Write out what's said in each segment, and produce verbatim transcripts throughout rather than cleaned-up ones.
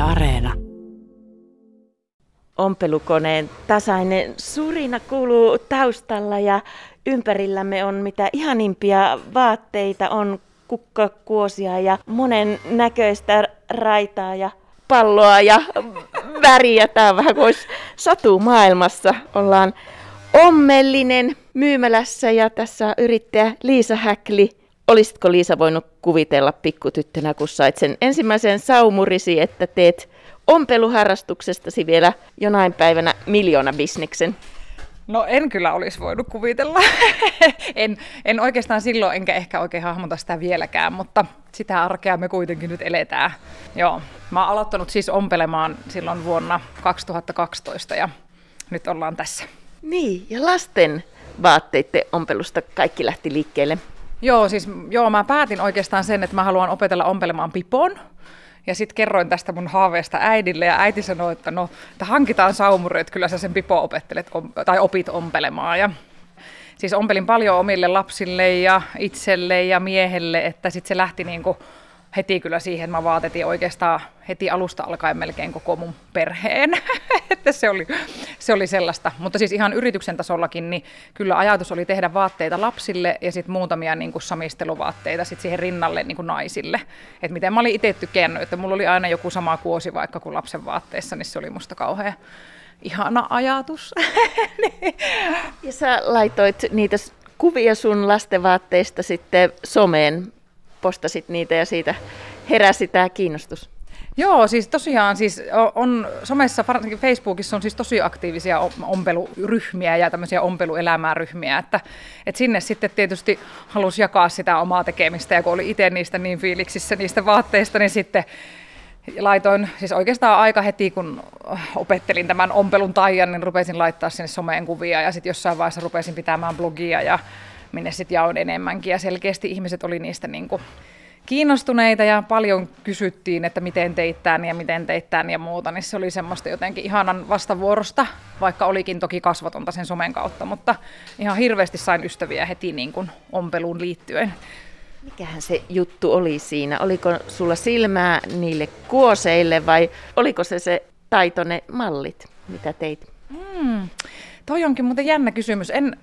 Areena. Ompelukoneen tasainen surina kuuluu taustalla ja ympärillämme on mitä ihanimpia vaatteita, on kukkakuosia ja monen näköistä raitaa ja palloa ja väriä. Tämä on vähän kuin satumaailmassa. Ollaan Ommellinen myymälässä ja tässä on yrittäjä Liisa Häkli. Olisitko Liisa voinut kuvitella pikkutyttönä, kun sait sen ensimmäisen saumurisi, että teet ompeluharrastuksestasi vielä jonain päivänä miljoonabisneksen? No en kyllä olisi voinut kuvitella. en, en oikeastaan silloin, enkä ehkä oikein hahmota sitä vieläkään, mutta sitä arkea me kuitenkin nyt eletään. Joo, mä oon aloittanut siis ompelemaan silloin vuonna kaksituhattakaksitoista ja nyt ollaan tässä. Niin, ja lasten vaatteiden ompelusta kaikki lähti liikkeelle. Joo, siis joo, mä päätin oikeastaan sen, että mä haluan opetella ompelemaan pipoon. Ja sitten kerroin tästä mun haaveesta äidille, ja äiti sanoi, että no, että hankitaan saumuri, että kyllä sä sen pipo opettelet, tai opit ompelemaan. Ja siis ompelin paljon omille lapsille ja itselle ja miehelle, että sitten se lähti niinku heti kyllä siihen, että mä vaatetin oikeastaan heti alusta alkaen melkein koko mun perheen. Että se oli, se oli sellaista. Mutta siis ihan yrityksen tasollakin, niin kyllä ajatus oli tehdä vaatteita lapsille ja sitten muutamia niin kuin samisteluvaatteita sit siihen rinnalle niin kuin naisille. Että miten mä olin itse tykännyt, että mulla oli aina joku sama kuosi vaikka kuin lapsen vaatteissa, niin se oli musta kauhean ihana ajatus. Ja sä laitoit niitä kuvia sun lastenvaatteista sitten someen. Postasit niitä ja siitä heräsi tämä kiinnostus. Joo, siis tosiaan siis on somessa, varsinkin Facebookissa on siis tosi aktiivisia ompeluryhmiä ja tämmöisiä ompeluelämääryhmiä, että, että sinne sitten tietysti halusi jakaa sitä omaa tekemistä ja kun oli itse niistä niin fiiliksissä niistä vaatteista, niin sitten laitoin siis oikeastaan aika heti, kun opettelin tämän ompelun taian, niin rupesin laittaa sinne someen kuvia ja sitten jossain vaiheessa rupesin pitämään blogia ja minne sitten jaoin enemmänkin ja selkeästi ihmiset oli niistä niin kuin kiinnostuneita ja paljon kysyttiin, että miten teit tämän ja miten teit tämän ja muuta, niin se oli semmoista jotenkin ihanan vastavuorosta, vaikka olikin toki kasvatonta sen somen kautta, mutta ihan hirveästi sain ystäviä heti niin kuin ompeluun liittyen. Mikähän se juttu oli siinä? Oliko sulla silmää niille kuoseille vai oliko se se taito, ne mallit, mitä teit? Hmm, toi onkin muuten jännä kysymys. En...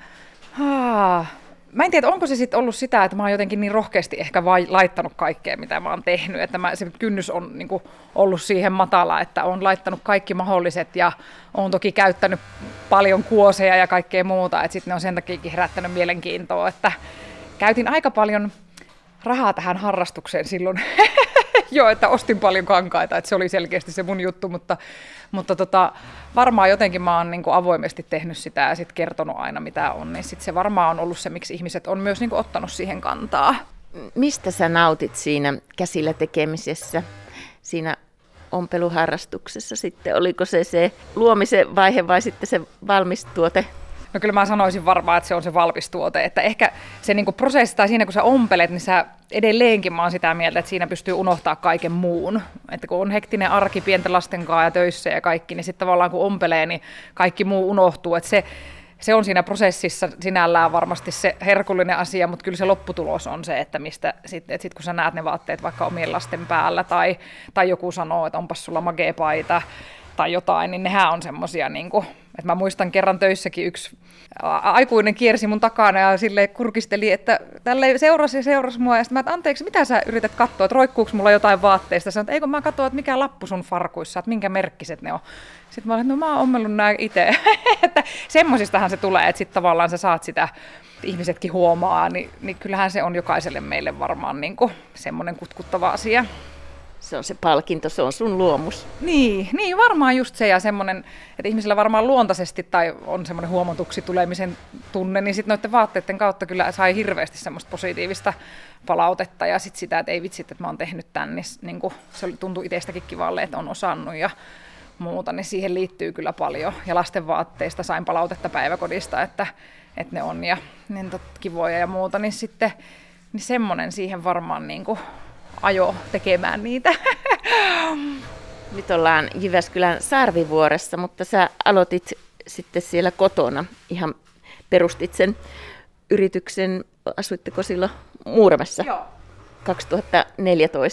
Haa. Mä en tiedä, onko se sitten ollut sitä, että mä oon jotenkin niin rohkeasti ehkä vai laittanut kaikkea, mitä mä oon tehnyt, että mä, se kynnys on niin kuin ollut siihen matala, että oon laittanut kaikki mahdolliset ja oon toki käyttänyt paljon kuoseja ja kaikkea muuta, että sitten ne on sen takiakin herättänyt mielenkiintoa, että käytin aika paljon rahaa tähän harrastukseen silloin. Joo, että ostin paljon kankaita, että se oli selkeästi se mun juttu, mutta, mutta tota, varmaan jotenkin mä oon niin kuin avoimesti tehnyt sitä ja sit kertonut aina mitä on, niin sit se varmaan on ollut se, miksi ihmiset on myös niin kuin ottanut siihen kantaa. Mistä sä nautit siinä käsillä tekemisessä, siinä ompeluharrastuksessa sitten? Oliko se se luomisen vaihe vai sitten se valmis tuote? No kyllä mä sanoisin varmaan, että se on se valmis tuote, että ehkä se niinku prosessi tai siinä kun sä ompelet, niin sä edelleenkin mä oon sitä mieltä, että siinä pystyy unohtaa kaiken muun. Että kun on hektinen arki pienten lasten kanssa ja töissä ja kaikki, niin sitten tavallaan kun ompelee, niin kaikki muu unohtuu. Että se, se on siinä prosessissa sinällään varmasti se herkullinen asia, mutta kyllä se lopputulos on se, että mistä sitten, että sit kun sä näet ne vaatteet vaikka omien lasten päällä tai, tai joku sanoo, että onpas sulla magea paita tai jotain, niin nehän on semmosia niinku, että mä muistan kerran töissäkin yksi aikuinen kiersi mun takana ja silleen kurkisteli, että tälleen seurasi ja seurasi mua. Ja sitten mä, että anteeksi, mitä sä yrität katsoa, että roikkuuko mulla jotain vaatteista? Sanoin, että eikö mä katsoa, että mikä lappu sun farkuissa, että minkä merkkiset ne on. Sitten mä olin, että no mä oon ommellut nää itse. Että semmosistahan se tulee, että sitten tavallaan sä saat sitä, ihmisetkin huomaa, niin, niin kyllähän se on jokaiselle meille varmaan niin kuin semmoinen kutkuttava asia. Se on se palkinto, se on sun luomus. Niin, niin varmaan just se ja semmoinen, että ihmisillä varmaan luontaisesti tai on semmoinen huomatuksi tulemisen tunne, niin sitten noiden vaatteiden kautta kyllä sai hirveästi semmoista positiivista palautetta ja sitten sitä, että ei vitsit, että mä oon tehnyt tämän, niin, niin kuin se tuntui itsestäkin kivalle, että on osannut ja muuta, niin siihen liittyy kyllä paljon. Ja lasten vaatteista sain palautetta päiväkodista, että, että ne on ja niin tot, kivoja ja muuta, niin sitten niin semmoinen siihen varmaan niin kuin ajo tekemään niitä. Nyt ollaan Jyväskylän Sarvivuoressa, mutta sä aloitit sitten siellä kotona. Ihan perustit sen yrityksen, asuitteko silloin Muuramessa? Joo. kaksituhattaneljätoista.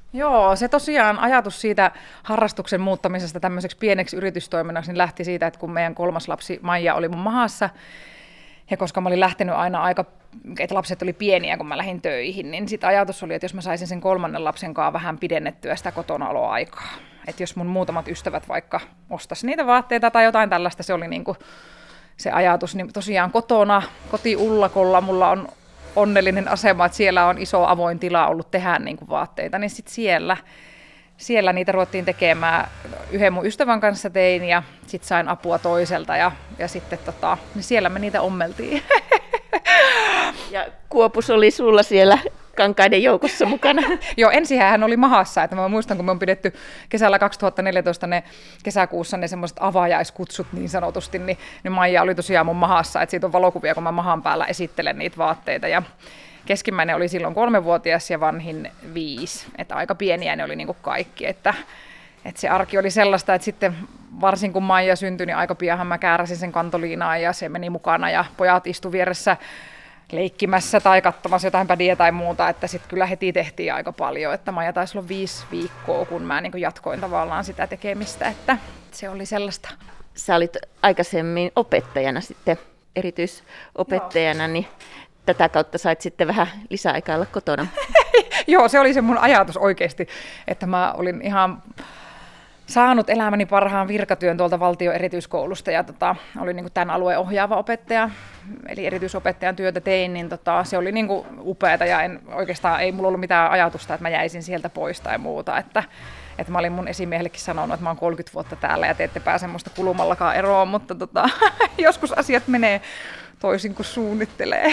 Joo, se tosiaan ajatus siitä harrastuksen muuttamisesta tämmöiseksi pieneksi yritystoiminnaksi niin lähti siitä, että kun meidän kolmas lapsi Maija oli mun mahassa, ja koska mä olin lähtenyt aina aika, että lapset oli pieniä, kun mä lähdin töihin, niin sitten ajatus oli, että jos mä saisin sen kolmannen lapsen kanssa vähän pidennettyä sitä kotonaoloaikaa. Että jos mun muutamat ystävät vaikka ostaisi niitä vaatteita tai jotain tällaista, se oli niinku se ajatus. Niin tosiaan kotona, koti-Ullakolla mulla on onnellinen asema, että siellä on iso avoin tila ollut tehdä niinku vaatteita, niin sitten siellä, siellä niitä ruvettiin tekemään. Yhden mun ystävän kanssa tein ja sitten sain apua toiselta ja, ja sitten tota, niin siellä me niitä ommeltiin. Ja Kuopus oli sulla siellä kankaiden joukossa mukana. Joo, ensinhän hän oli mahassa, että mä muistan, kun me on pidetty kesällä kaksituhattaneljätoista ne kesäkuussa ne semmoiset avajaiskutsut niin sanotusti, niin, niin Maija oli tosiaan mun mahassa, että siitä on valokuvia, kun mä mahan päällä esittelen niitä vaatteita ja keskimmäinen oli silloin kolmevuotias ja vanhin viisi, että aika pieniä ne oli niin kuin kaikki, että, että se arki oli sellaista, että sitten varsin kun Maija syntyi, niin aika pianhan mä kääräsin sen kantoliinaan ja se meni mukana ja pojat istu vieressä leikkimässä tai katsomassa jotain pädiä tai muuta, että sitten kyllä heti tehtiin aika paljon, että Maija taisi olla viisi viikkoa, kun mä niin kuin jatkoin tavallaan sitä tekemistä, että se oli sellaista. Sä olit aikaisemmin opettajana sitten, erityisopettajana, Joo. niin tätä kautta sait sitten vähän lisäaikaa olla kotona. Joo, se oli se mun ajatus oikeasti, että mä olin ihan saanut elämäni parhaan virkatyön tuolta valtion erityiskoulusta ja tota, olin niin kuin tämän alueen ohjaava opettaja, eli erityisopettajan työtä tein, niin tota, se oli niin kuin upeata ja en, oikeastaan ei mulla ollut mitään ajatusta, että mä jäisin sieltä pois tai muuta, että, että mä olin mun esimiehellekin sanonut, että mä oon kolmekymmentä vuotta täällä ja te ette pääse musta kulumallakaan eroon, mutta tota, joskus asiat menee toisin kuin suunnittelee.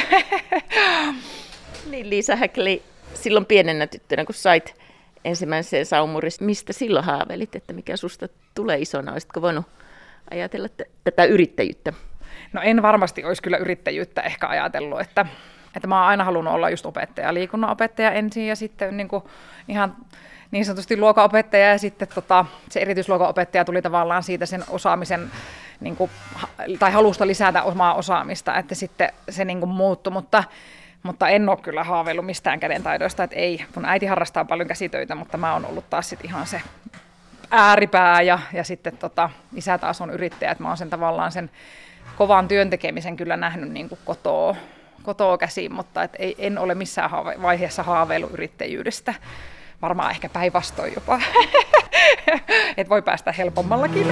Niin Liisa Häkli, silloin pienenä tyttönä, kun sait ensimmäisen saumurissa, mistä silloin haaveilit, että mikä susta tulee isona? Olisitko voinut ajatella t- tätä yrittäjyyttä? No en varmasti olisi kyllä yrittäjyyttä ehkä ajatellut, että, että mä oon aina halunnut olla just opettaja, liikunnanopettaja ensin ja sitten niin kuin ihan niin sanotusti luokanopettaja ja sitten tota, se erityisluokanopettaja tuli tavallaan siitä sen osaamisen niin kuin, tai halusta lisätä omaa osaamista, että sitten se niin kuin muuttui, mutta Mutta en ole kyllä haaveillut mistään kädentaidoista, että ei. Mun äiti harrastaa paljon käsitöitä, mutta mä oon ollut taas sit ihan se ääripää ja, ja sitten tota, isä taas on yrittäjä, että mä oon sen tavallaan sen kovan työn tekemisen kyllä nähnyt niin kuin kotoa, kotoa käsiin, mutta et ei, en ole missään haave- vaiheessa haaveillut yrittäjyydestä. Varmaan ehkä päinvastoin jopa, että voi päästä helpommallakin.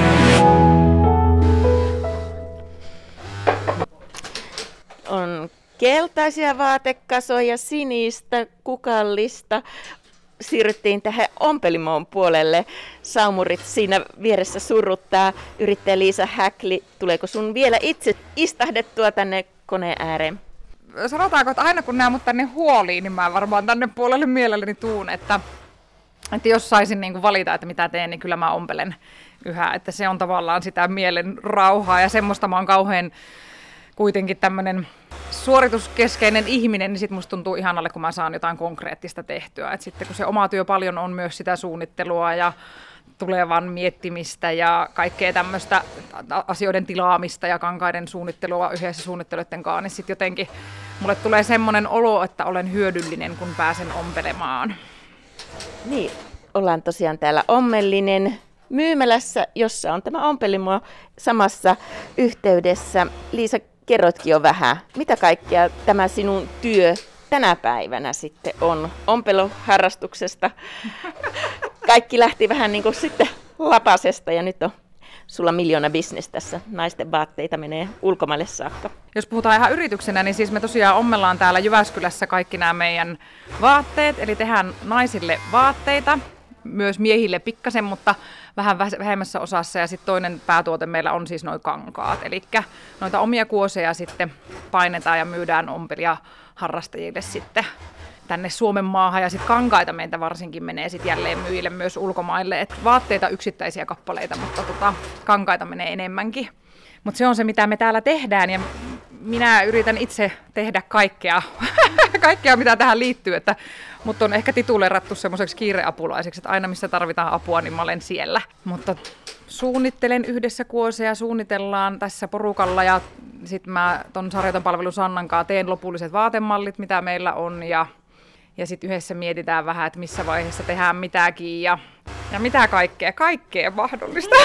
On keltaisia vaatekasoja, sinistä, kukallista. Siirryttiin tähän ompelimoon puolelle. Saumurit siinä vieressä surruttaa. Yrittäjä Liisa Häkli, tuleeko sun vielä itse istahdettua tänne koneen ääreen? Sanotaanko, että aina kun nämä mut tänne huoliin, niin mä varmaan tänne puolelle mielelläni tuun, että, että jos saisin niin kuin valita, että mitä teen, niin kyllä mä ompelen yhä. Että se on tavallaan sitä mielen rauhaa ja semmoista mä oon kauhean kuitenkin tämmöinen suorituskeskeinen ihminen, niin sitten musta tuntuu ihanalle, kun mä saan jotain konkreettista tehtyä. Et sitten kun se oma työ paljon on myös sitä suunnittelua ja tulevan miettimistä ja kaikkea tämmöistä asioiden tilaamista ja kankaiden suunnittelua yhdessä suunnittelijoiden kanssa, niin sitten jotenkin mulle tulee semmoinen olo, että olen hyödyllinen, kun pääsen ompelemaan. Niin, ollaan tosiaan täällä Ommellinen myymälässä, jossa on tämä ompelimo samassa yhteydessä. Liisa, kerrotkin jo vähän, mitä kaikkea tämä sinun työ tänä päivänä sitten on ompeluharrastuksesta. Kaikki lähti vähän niin kuin sitten lapasesta ja nyt on sulla miljoona bisnes tässä. Naisten vaatteita menee ulkomaille saakka. Jos puhutaan ihan yrityksenä, niin siis me tosiaan ommellaan täällä Jyväskylässä kaikki nämä meidän vaatteet, eli tehdään naisille vaatteita, myös miehille pikkasen, mutta vähän vähemmässä osassa. Ja sitten toinen päätuote meillä on siis nuo kankaat, eli noita omia kuoseja sitten painetaan ja myydään ompelijaharrastajille sitten tänne Suomen maahan. Ja sitten kankaita meitä varsinkin menee sitten jälleen myyjille myös ulkomaille. Et vaatteita yksittäisiä kappaleita, mutta tota, kankaita menee enemmänkin. Mutta se on se, mitä me täällä tehdään ja minä yritän itse tehdä kaikkea, kaikkea mitä tähän liittyy, että mut on ehkä tituleerattu semmoiseksi kiireapulaiseksi, että aina missä tarvitaan apua, niin mä olen siellä. Mutta suunnittelen yhdessä kuoseja, suunnitellaan tässä porukalla ja sitten mä ton Sarjaton palvelun Sannan kanssa teen lopulliset vaatemallit, mitä meillä on ja Ja sitten yhdessä mietitään vähän, että missä vaiheessa tehdään mitäkin ja, ja mitä kaikkea, kaikkea mahdollista.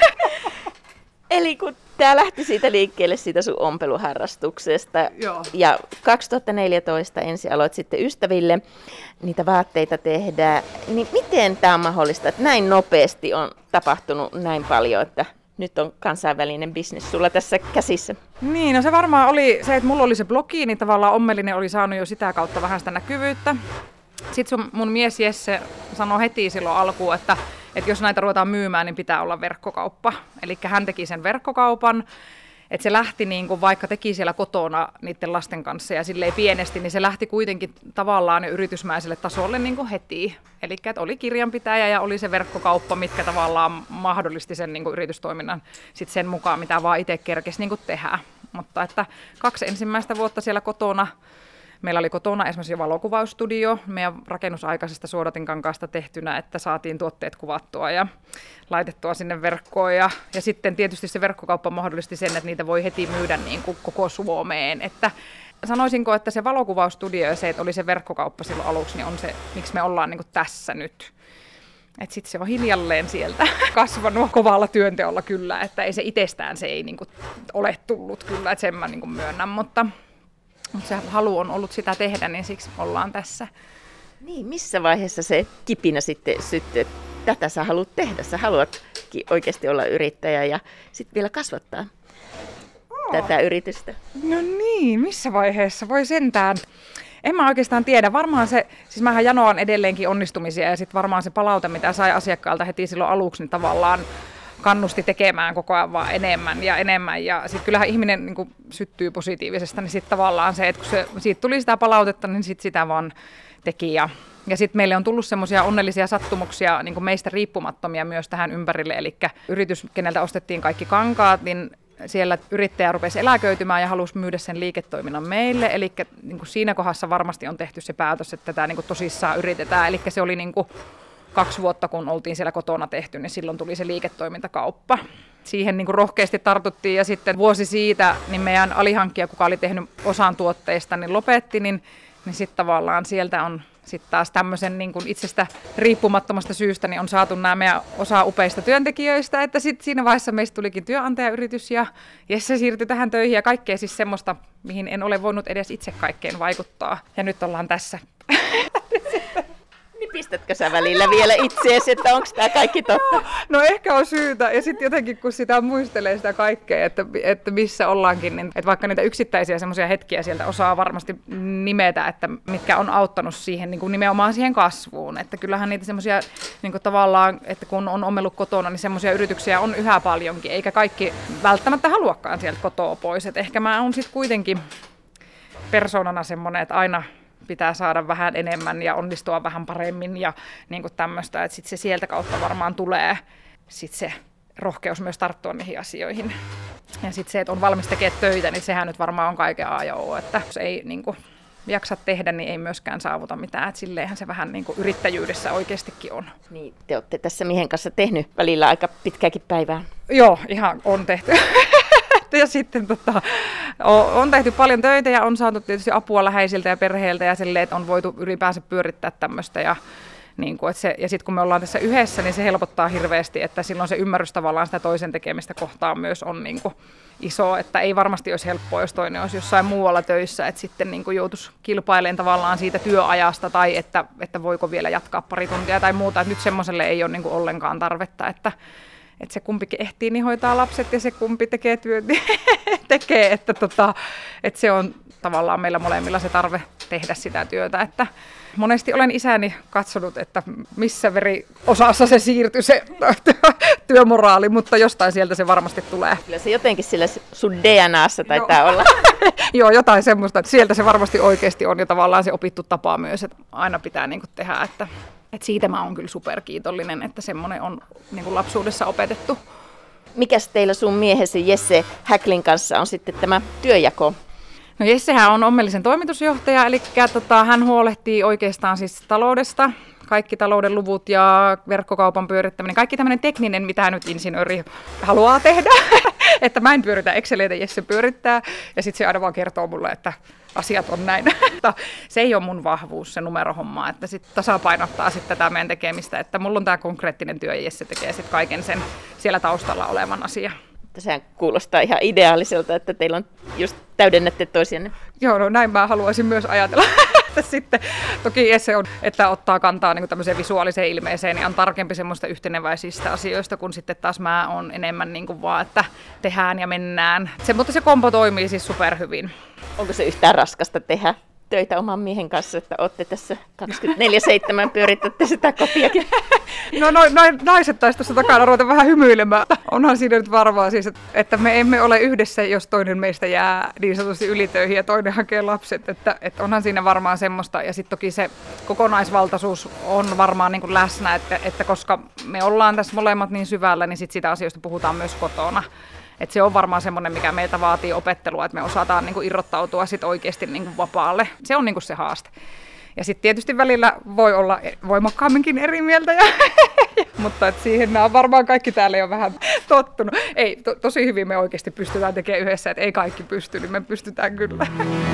Eli kun tämä lähti siitä liikkeelle siitä sun ompeluharrastuksesta Joo. ja kaksituhattaneljätoista ensin aloit sitten ystäville niitä vaatteita tehdä, niin miten tämä on mahdollista, että näin nopeasti on tapahtunut näin paljon, että nyt on kansainvälinen bisnes sulla tässä käsissä? Niin, no se varmaan oli se, että mulla oli se blogi, niin tavallaan Ommelinen oli saanut jo sitä kautta vähän sitä näkyvyyttä. Sitten mun mies Jesse sanoi heti silloin alkuun, että, että jos näitä ruvetaan myymään, niin pitää olla verkkokauppa. Eli hän teki sen verkkokaupan, että se lähti niin kuin vaikka teki siellä kotona niiden lasten kanssa ja silleen pienesti, niin se lähti kuitenkin tavallaan jo yritysmäiselle tasolle niin kuin heti. Eli että oli kirjanpitäjä ja oli se verkkokauppa, mitkä tavallaan mahdollisti sen niin kuin yritystoiminnan sit sen mukaan, mitä vaan itse kerkesi niin kuin tehdä. Mutta että kaksi ensimmäistä vuotta siellä kotona. Meillä oli kotona esimerkiksi valokuvausstudio meidän rakennusaikaisesta suodatinkankaasta tehtynä, että saatiin tuotteet kuvattua ja laitettua sinne verkkoon. Ja, ja sitten tietysti se verkkokauppa mahdollisti sen, että niitä voi heti myydä niin kuin koko Suomeen. Että sanoisinko, että se valokuvausstudio ja se, että oli se verkkokauppa silloin aluksi, niin on se, miksi me ollaan niin kuin tässä nyt. Että sitten se on hiljalleen sieltä kasvanut kovalla työnteolla kyllä, että ei se itsestään se ei niin kuin ole tullut kyllä, että sen mä niin kuin myönnän, mutta... Mutta se halu on ollut sitä tehdä, niin siksi ollaan tässä. Niin, missä vaiheessa se kipinä sitten syttyi, että tätä sä haluat tehdä? Sä haluatkin oikeasti olla yrittäjä ja sitten vielä kasvattaa oh. tätä yritystä. No niin, missä vaiheessa voi sentään? En mä oikeastaan tiedä. Varmaan se, siis mähän janoan edelleenkin onnistumisia ja sitten varmaan se palaute, mitä sai asiakkaalta heti silloin aluksi, niin tavallaan kannusti tekemään koko ajan vaan enemmän ja enemmän. Ja sitten kyllähän ihminen niin kuin syttyy positiivisesta, niin sitten tavallaan se, että kun se, siitä tuli sitä palautetta, niin sitten sitä vaan teki. Ja, ja sitten meille on tullut semmoisia onnellisia sattumuksia niin kuin meistä riippumattomia myös tähän ympärille. Eli yritys, keneltä ostettiin kaikki kankaat, niin siellä yrittäjä rupesi eläköitymään ja halusi myydä sen liiketoiminnan meille. Eli niin kuin siinä kohdassa varmasti on tehty se päätös, että tätä niin kuin tosissaan yritetään. Eli se oli... Niin kuin kaksi vuotta, kun oltiin siellä kotona tehty, niin silloin tuli se liiketoimintakauppa. Siihen niin kuin rohkeasti tartuttiin ja sitten vuosi siitä niin meidän alihankkija, kuka oli tehnyt osan tuotteista, niin lopetti, niin, niin sitten tavallaan sieltä on sitten taas tämmöisen niin kuin itsestä riippumattomasta syystä niin on saatu nämä meidän osa upeista työntekijöistä, että sitten siinä vaiheessa meistä tulikin työnantajayritys ja Jesse siirtyi tähän töihin ja kaikkea siis semmoista, mihin en ole voinut edes itse kaikkeen vaikuttaa. Ja nyt ollaan tässä. Pistätkö sä välillä vielä itseesi, että onko tämä kaikki totta? No ehkä on syytä. Ja sitten jotenkin, kun sitä muistelee sitä kaikkea, että, että missä ollaankin, niin että vaikka niitä yksittäisiä semmoisia hetkiä sieltä osaa varmasti nimetä, että mitkä on auttanut siihen niin kuin nimenomaan siihen kasvuun. Että kyllähän niitä semmoisia niin kuin tavallaan, että kun on ommellut kotona, niin semmoisia yrityksiä on yhä paljonkin, eikä kaikki välttämättä haluakaan sieltä kotoa pois. Et ehkä mä oon sitten kuitenkin persoonana semmoinen, että aina pitää saada vähän enemmän ja onnistua vähän paremmin ja niin kuin tämmöistä, että sitten se sieltä kautta varmaan tulee sit se rohkeus myös tarttua niihin asioihin. Ja sitten se, että on valmis tekemään töitä, niin sehän nyt varmaan on kaiken A ja O, että jos ei niin kuin jaksa tehdä, niin ei myöskään saavuta mitään, että silleenhän se vähän niin kuin yrittäjyydessä oikeastikin on. Niin, te olette tässä miehen kanssa tehnyt välillä aika pitkääkin päivää. Joo, ihan on tehty. Ja sitten tota, on tehty paljon töitä ja on saatu tietysti apua läheisiltä ja perheiltä ja silleen, että on voitu ylipäänsä pyörittää tämmöistä. Ja, niin kuin, että se, ja sitten kun me ollaan tässä yhdessä, niin se helpottaa hirveästi, että silloin se ymmärrys tavallaan sitä toisen tekemistä kohtaan myös on niin kuin iso. Että ei varmasti olisi helppoa, jos toinen olisi jossain muualla töissä, että sitten niin kuin joutuisi kilpailemaan tavallaan siitä työajasta tai että, että voiko vielä jatkaa pari tuntia tai muuta. Että nyt semmoiselle ei ole niin kuin ollenkaan tarvetta, että että se kumpikin ehtii, niin hoitaa lapset ja se kumpi tekee työt, tekee, että, tota, että se on tavallaan meillä molemmilla se tarve tehdä sitä työtä. Että monesti olen isäni katsonut, että missä veriosassa se siirtyi se työmoraali, mutta jostain sieltä se varmasti tulee. Kyllä se jotenkin sillä sun D N A:ssa taitaa olla. Joo, jotain semmoista, että sieltä se varmasti oikeasti on ja tavallaan se opittu tapa myös, että aina pitää niin kuin tehdä, että Et siitä mä oon kyllä superkiitollinen, että semmoinen on niin kuin lapsuudessa opetettu. Mikäs teillä sun miehesi Jesse Häklin kanssa on sitten tämä työjako? No Jessehän on Ommellisen toimitusjohtaja, eli tota, hän huolehtii oikeastaan siis taloudesta, kaikki talouden luvut ja verkkokaupan pyörittäminen, kaikki tämmöinen tekninen, mitä nyt insinööri haluaa tehdä. Että mä en pyöritä Exceleitä, Jesse pyörittää, ja sitten se aina vaan kertoo mulle, että asiat on näin. Se ei ole mun vahvuus, se numerohomma, että sit tasapainottaa sit tätä meidän tekemistä, että mulla on tämä konkreettinen työ ja Jesse tekee sit kaiken sen siellä taustalla olevan asian. Sehän kuulostaa ihan ideaaliselta, että teillä on just täydennätte toisianne. Joo, no näin mä haluaisin myös ajatella. Sitten toki Jesse on, että ottaa kantaa niin kuin tämmöiseen visuaaliseen ilmeeseen, niin on tarkempi semmoista yhteneväisistä asioista, kun sitten taas mä on enemmän niin kuin vaan, että tehdään ja mennään. Se, mutta se kompo toimii siis superhyvin. Onko se yhtään raskasta tehdä töitä oman miehen kanssa, että olette tässä kaksikymmentäneljä seitsemän pyöritätte sitä kotiakin? No noin no, naiset taisi tuossa takana ruveta vähän hymyilemään. Onhan siinä nyt varmaa siis, että me emme ole yhdessä, jos toinen meistä jää niin sanotusti ylitöihin ja toinen hakee lapset. Että, että onhan siinä varmaan semmoista. Ja sitten toki se kokonaisvaltaisuus on varmaan niin kuin läsnä, että, että koska me ollaan tässä molemmat niin syvällä, niin sit sitä asioista puhutaan myös kotona. Et se on varmaan semmoinen, mikä meiltä vaatii opettelua, että me osataan niinku irrottautua sit oikeasti niinku vapaalle. Se on niinku se haaste. Ja sitten tietysti välillä voi olla voimakkaamminkin eri mieltä, ja, mutta et siihen nämä on varmaan kaikki täällä jo vähän tottunut. Ei, to, tosi hyvin me oikeasti pystytään tekemään yhdessä, että ei kaikki pysty, niin me pystytään kyllä.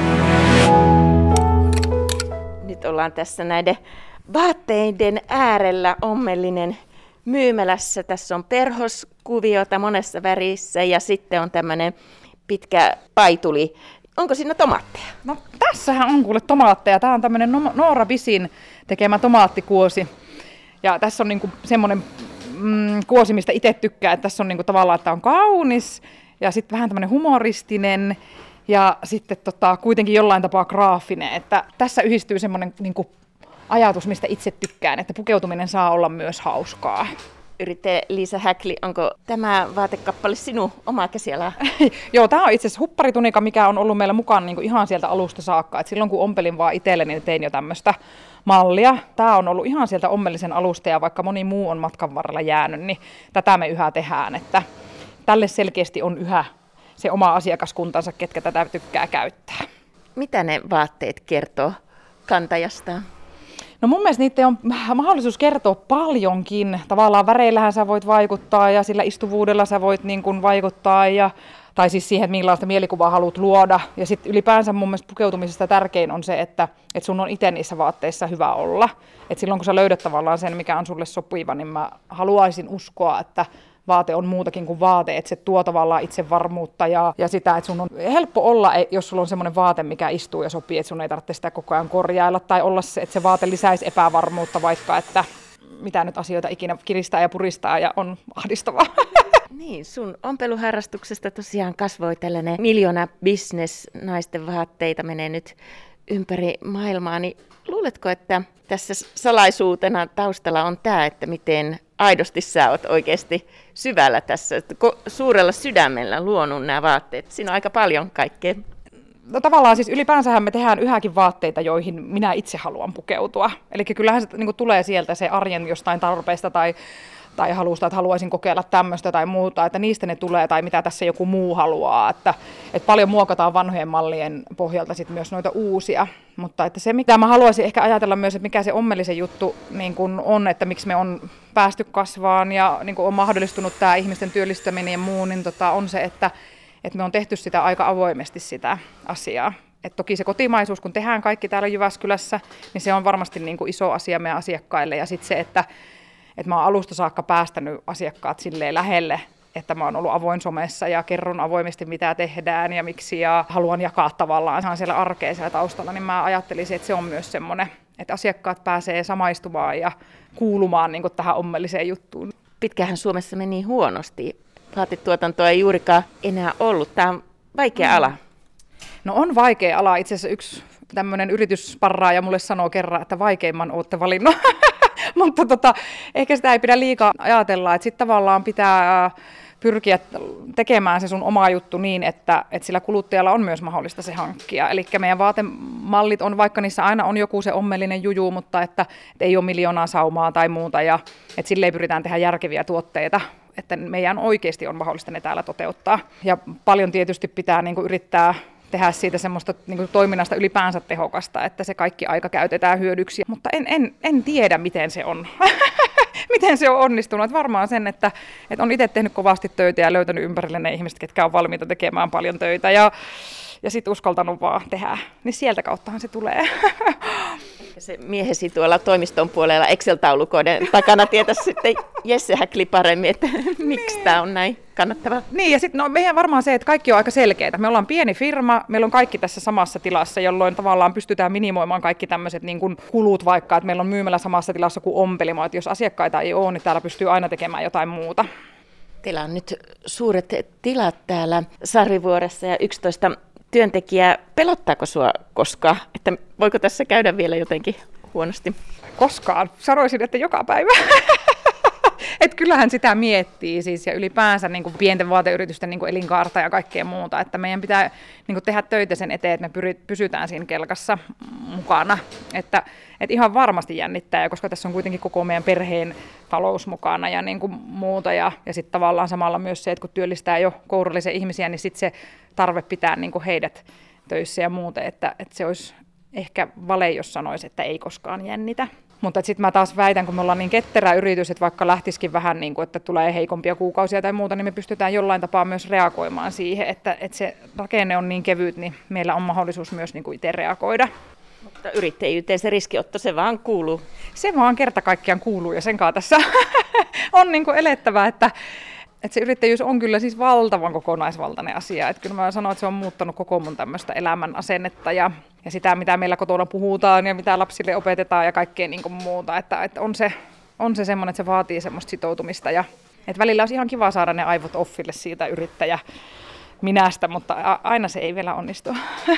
Nyt ollaan tässä näiden vaatteiden äärellä ommellinen myymälässä. Tässä on perhoskuviota monessa värissä ja sitten on tämmöinen pitkä paituli. Onko siinä tomaatteja? No tässähän on kuule tomaatteja. Tämä on tämmöinen Noora Bisin tekemä tomaattikuosi. Ja tässä on niinku semmoinen mm, kuosi, mistä itse tykkää. Että tässä on niinku tavallaan, että on kaunis ja sitten vähän tämmöinen humoristinen ja sitten tota, kuitenkin jollain tapaa graafinen. Että tässä yhdistyy semmoinen niinku ajatus, mistä itse tykkään, että pukeutuminen saa olla myös hauskaa. Yrittäjä Liisa Häkli, onko tämä vaatekappale sinun oma käsiala? Joo, tämä on itse asiassa hupparitunika, mikä on ollut meillä mukana niin kuin ihan sieltä alusta saakka. Et silloin kun ompelin vaan itselleni, niin tein jo tämmöistä mallia. Tämä on ollut ihan sieltä ommellisen alusta ja vaikka moni muu on matkan varrella jäänyt, niin tätä me yhä tehdään. Että tälle selkeästi on yhä se oma asiakaskuntansa, ketkä tätä tykkää käyttää. Mitä ne vaatteet kertoo kantajastaan? No mun mielestä niitä on mahdollisuus kertoa paljonkin. Tavallaan väreillähän sä voit vaikuttaa ja sillä istuvuudella sä voit niin kuin vaikuttaa. Ja, tai siis siihen, että millaista mielikuvaa haluat luoda. Ja sitten ylipäänsä mun mielestä pukeutumisesta tärkein on se, että, että sun on itse niissä vaatteissa hyvä olla. Et silloin kun sä löydät tavallaan sen, mikä on sulle sopiva, niin mä haluaisin uskoa, että vaate on muutakin kuin vaate, että se tuo tavallaan itsevarmuutta ja, ja sitä, että sun on helppo olla, jos sulla on semmoinen vaate, mikä istuu ja sopii, että sun ei tarvitse sitä koko ajan korjailla tai olla se, että se vaate lisäisi epävarmuutta vaikka, että mitä nyt asioita ikinä kiristää ja puristaa ja on ahdistavaa. Niin, sun ompeluharrastuksesta tosiaan kasvoi tällainen miljoona business, naisten vaatteita menee nyt ympäri maailmaa, niin luuletko, että tässä salaisuutena taustalla on tämä, että miten aidosti sä oot oikeasti syvällä tässä, että suurella sydämellä luonut nämä vaatteet. Siinä on aika paljon kaikkea. No tavallaan siis ylipäänsähän me tehdään yhäkin vaatteita, joihin minä itse haluan pukeutua. Eli kyllähän se niin kuin tulee sieltä se arjen jostain tarpeesta tai, tai halusta, että haluaisin kokeilla tämmöistä tai muuta, että niistä ne tulee tai mitä tässä joku muu haluaa. Että, että paljon muokataan vanhojen mallien pohjalta sit myös noita uusia. Mutta että se, mitä mä haluaisin ehkä ajatella myös, että mikä se ommellisen juttu niin kun on, että miksi me on päästy kasvaan ja niin kun on mahdollistunut tämä ihmisten työllistäminen ja muu, niin tota, on se, että, että me on tehty sitä aika avoimesti sitä asiaa. Et toki se kotimaisuus, kun tehdään kaikki täällä Jyväskylässä, niin se on varmasti niin kun iso asia meidän asiakkaille. Ja sitten se, että, että mä oon alusta saakka päästänyt asiakkaat silleen lähelle, että mä oon ollut avoin somessa ja kerron avoimesti, mitä tehdään ja miksi, ja haluan jakaa tavallaan siellä arkeen siellä taustalla, niin mä ajattelisin, että se on myös semmoinen, että asiakkaat pääsee samaistumaan ja kuulumaan niin kuin tähän ommelliseen juttuun. Pitkähän Suomessa meni huonosti. Vaatetuotantoa ei juurikaan enää ollut. Tämä on vaikea mm. ala. No on vaikea ala. Itse asiassa yksi tämmöinen yrityssparraaja mulle sanoo kerran, että vaikeimman ootte valinnut. Mutta tota, ehkä sitä ei pidä liikaa ajatella, että sitten tavallaan pitää pyrkiä tekemään se sun oma juttu niin, että, että sillä kuluttajalla on myös mahdollista se hankkia. Eli meidän vaatemallit on, vaikka niissä aina on joku se ommellinen juju, mutta että, että ei ole miljoonaa saumaa tai muuta, ja että silleen pyritään tehdä järkeviä tuotteita, että meidän oikeasti on mahdollista ne täällä toteuttaa. Ja paljon tietysti pitää niin kuin yrittää tehdä siitä semmoista niin kuin toiminnasta ylipäänsä tehokasta, että se kaikki aika käytetään hyödyksi. Mutta en, en, en tiedä, miten se on. Miten se on onnistunut. Että varmaan sen, että, että on itse tehnyt kovasti töitä ja löytänyt ympärille ne ihmiset, ketkä on valmiita tekemään paljon töitä. Ja, ja sitten uskaltanut vaan tehdä. Niin sieltä kauttahan se tulee. Se miehesi tuolla toimiston puolella Excel-taulukoiden takana tietäisi sitten Jesse Häkli paremmin, että miksi tämä on näin kannattavaa. Niin, ja sitten no, meidän varmaan se, että kaikki on aika selkeää. Me ollaan pieni firma, meillä on kaikki tässä samassa tilassa, jolloin tavallaan pystytään minimoimaan kaikki tämmöiset niin kuin kulut vaikka, että meillä on myymälä samassa tilassa kuin ompelimo, että jos asiakkaita ei ole, niin täällä pystyy aina tekemään jotain muuta. Teillä on nyt suuret tilat täällä Sarvivuoressa ja yksitoista työntekijää. Pelottaako sinua koskaan, että voiko tässä käydä vielä jotenkin huonosti? Koskaan. Sanoisin, että joka päivä. Et kyllähän sitä miettii siis, ja ylipäänsä niin kuin pienten vaateyritysten niin kuin elinkaarta ja kaikkea muuta, että meidän pitää niin kuin tehdä töitä sen eteen, että me pyri, pysytään siinä kelkassa mukana. Että, että ihan varmasti jännittää, koska tässä on kuitenkin koko meidän perheen talous mukana ja niin kuin muuta. Ja, ja sitten tavallaan samalla myös se, että kun työllistää jo kourallisia ihmisiä, niin sitten se tarve pitää niin kuin heidät töissä ja muuta, että, että se olisi ehkä vale, jos sanoisi, että ei koskaan jännitä. Mutta sitten mä taas väitän, kun me ollaan niin ketterä yritys, että vaikka lähtisikin vähän niin kuin, että tulee heikompia kuukausia tai muuta, niin me pystytään jollain tapaa myös reagoimaan siihen, että, että se rakenne on niin kevyt, niin meillä on mahdollisuus myös niin kuin itse reagoida. Mutta yrittäjyyteen se riskiotto, se vaan kuuluu. Se vaan kerta kaikkiaan kuuluu ja sen kanssa tässä on niin kuin elettävä, että Että se yrittäjyys on kyllä siis valtavan kokonaisvaltainen asia. Että kyllä mä sanon, että se on muuttanut koko mun tämmöistä elämän asennetta ja, ja sitä, mitä meillä kotona puhutaan ja mitä lapsille opetetaan ja kaikkea niin kuin muuta. Että, että on se, on se semmoinen, että se vaatii semmoista sitoutumista. Ja, että välillä olisi ihan kiva saada ne aivot offille siitä yrittäjä minästä, mutta aina se ei vielä onnistu.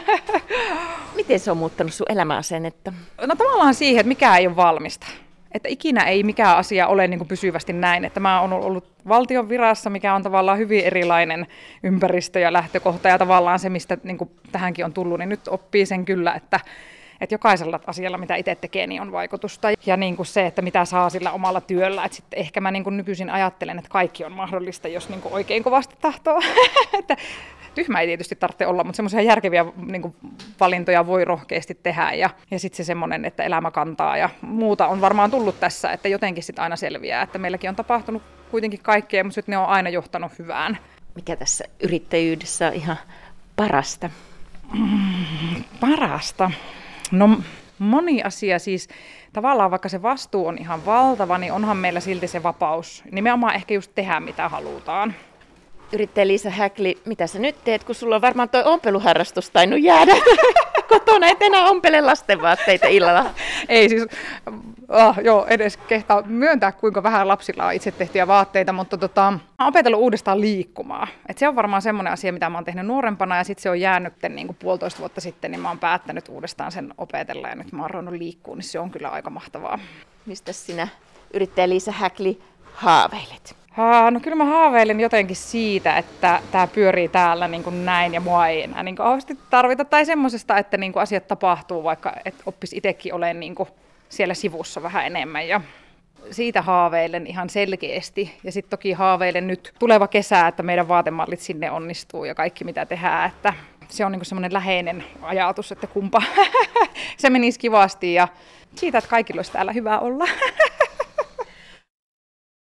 Miten se on muuttanut sun elämäasennetta? No tavallaan siihen, että mikään ei ole valmista. Että ikinä ei mikään asia ole niin kuin pysyvästi näin, että mä oon ollut valtion virassa, mikä on tavallaan hyvin erilainen ympäristö ja lähtökohta ja tavallaan se, mistä niin kuin tähänkin on tullut, niin nyt oppii sen kyllä, että, että jokaisella asialla, mitä itse tekee, niin on vaikutusta. Ja niin kuin se, että mitä saa sillä omalla työllä, että sitten ehkä mä niin kuin nykyisin ajattelen, että kaikki on mahdollista, jos niin kuin oikein kovasti tahtoo. Että tyhmä ei tietysti tarvitse olla, mutta semmoisia järkeviä niin kuin valintoja voi rohkeasti tehdä ja, ja sitten se semmoinen, että elämä kantaa ja muuta on varmaan tullut tässä, että jotenkin sitten aina selviää, että meilläkin on tapahtunut kuitenkin kaikkea, mutta ne on aina johtanut hyvään. Mikä tässä yrittäjyydessä on ihan parasta? Mm, parasta? No moni asia siis, tavallaan vaikka se vastuu on ihan valtava, niin onhan meillä silti se vapaus nimenomaan ehkä just tehdä mitä halutaan. Yrittäjä Liisa Häkli, mitä sä nyt teet, kun sulla on varmaan toi ompeluharrastus tainnut jäädä kotona, et enää ompele lastenvaatteita illalla? Ei siis, oh, joo, edes kehtaa myöntää, kuinka vähän lapsilla on itse tehtyjä vaatteita, mutta tota, mä oon opetellut uudestaan liikkumaan. Et se on varmaan semmoinen asia, mitä mä oon tehnyt nuorempana ja sitten se on jäänyt niin kuin puolitoista vuotta sitten, niin mä oon päättänyt uudestaan sen opetella ja nyt mä oon ruvennut liikkua, niin se on kyllä aika mahtavaa. Mistä sinä, yrittäjä Liisa Häkli, haaveilet? No kyllä mä haaveilen jotenkin siitä, että tämä pyörii täällä niin kuin näin ja mua ei enää niin kauheasti tarvita. Tai semmoisesta, että niin kuin asiat tapahtuu, vaikka et oppisi itsekin olemaan niin kuin siellä sivussa vähän enemmän. Ja siitä haaveilen ihan selkeästi. Ja sitten toki haaveilen nyt tuleva kesä, että meidän vaatemallit sinne onnistuu ja kaikki mitä tehdään. Että se on niin kuin semmoinen läheinen ajatus, että kumpa se menisi kivasti ja siitä, että kaikilla olisi täällä hyvä olla.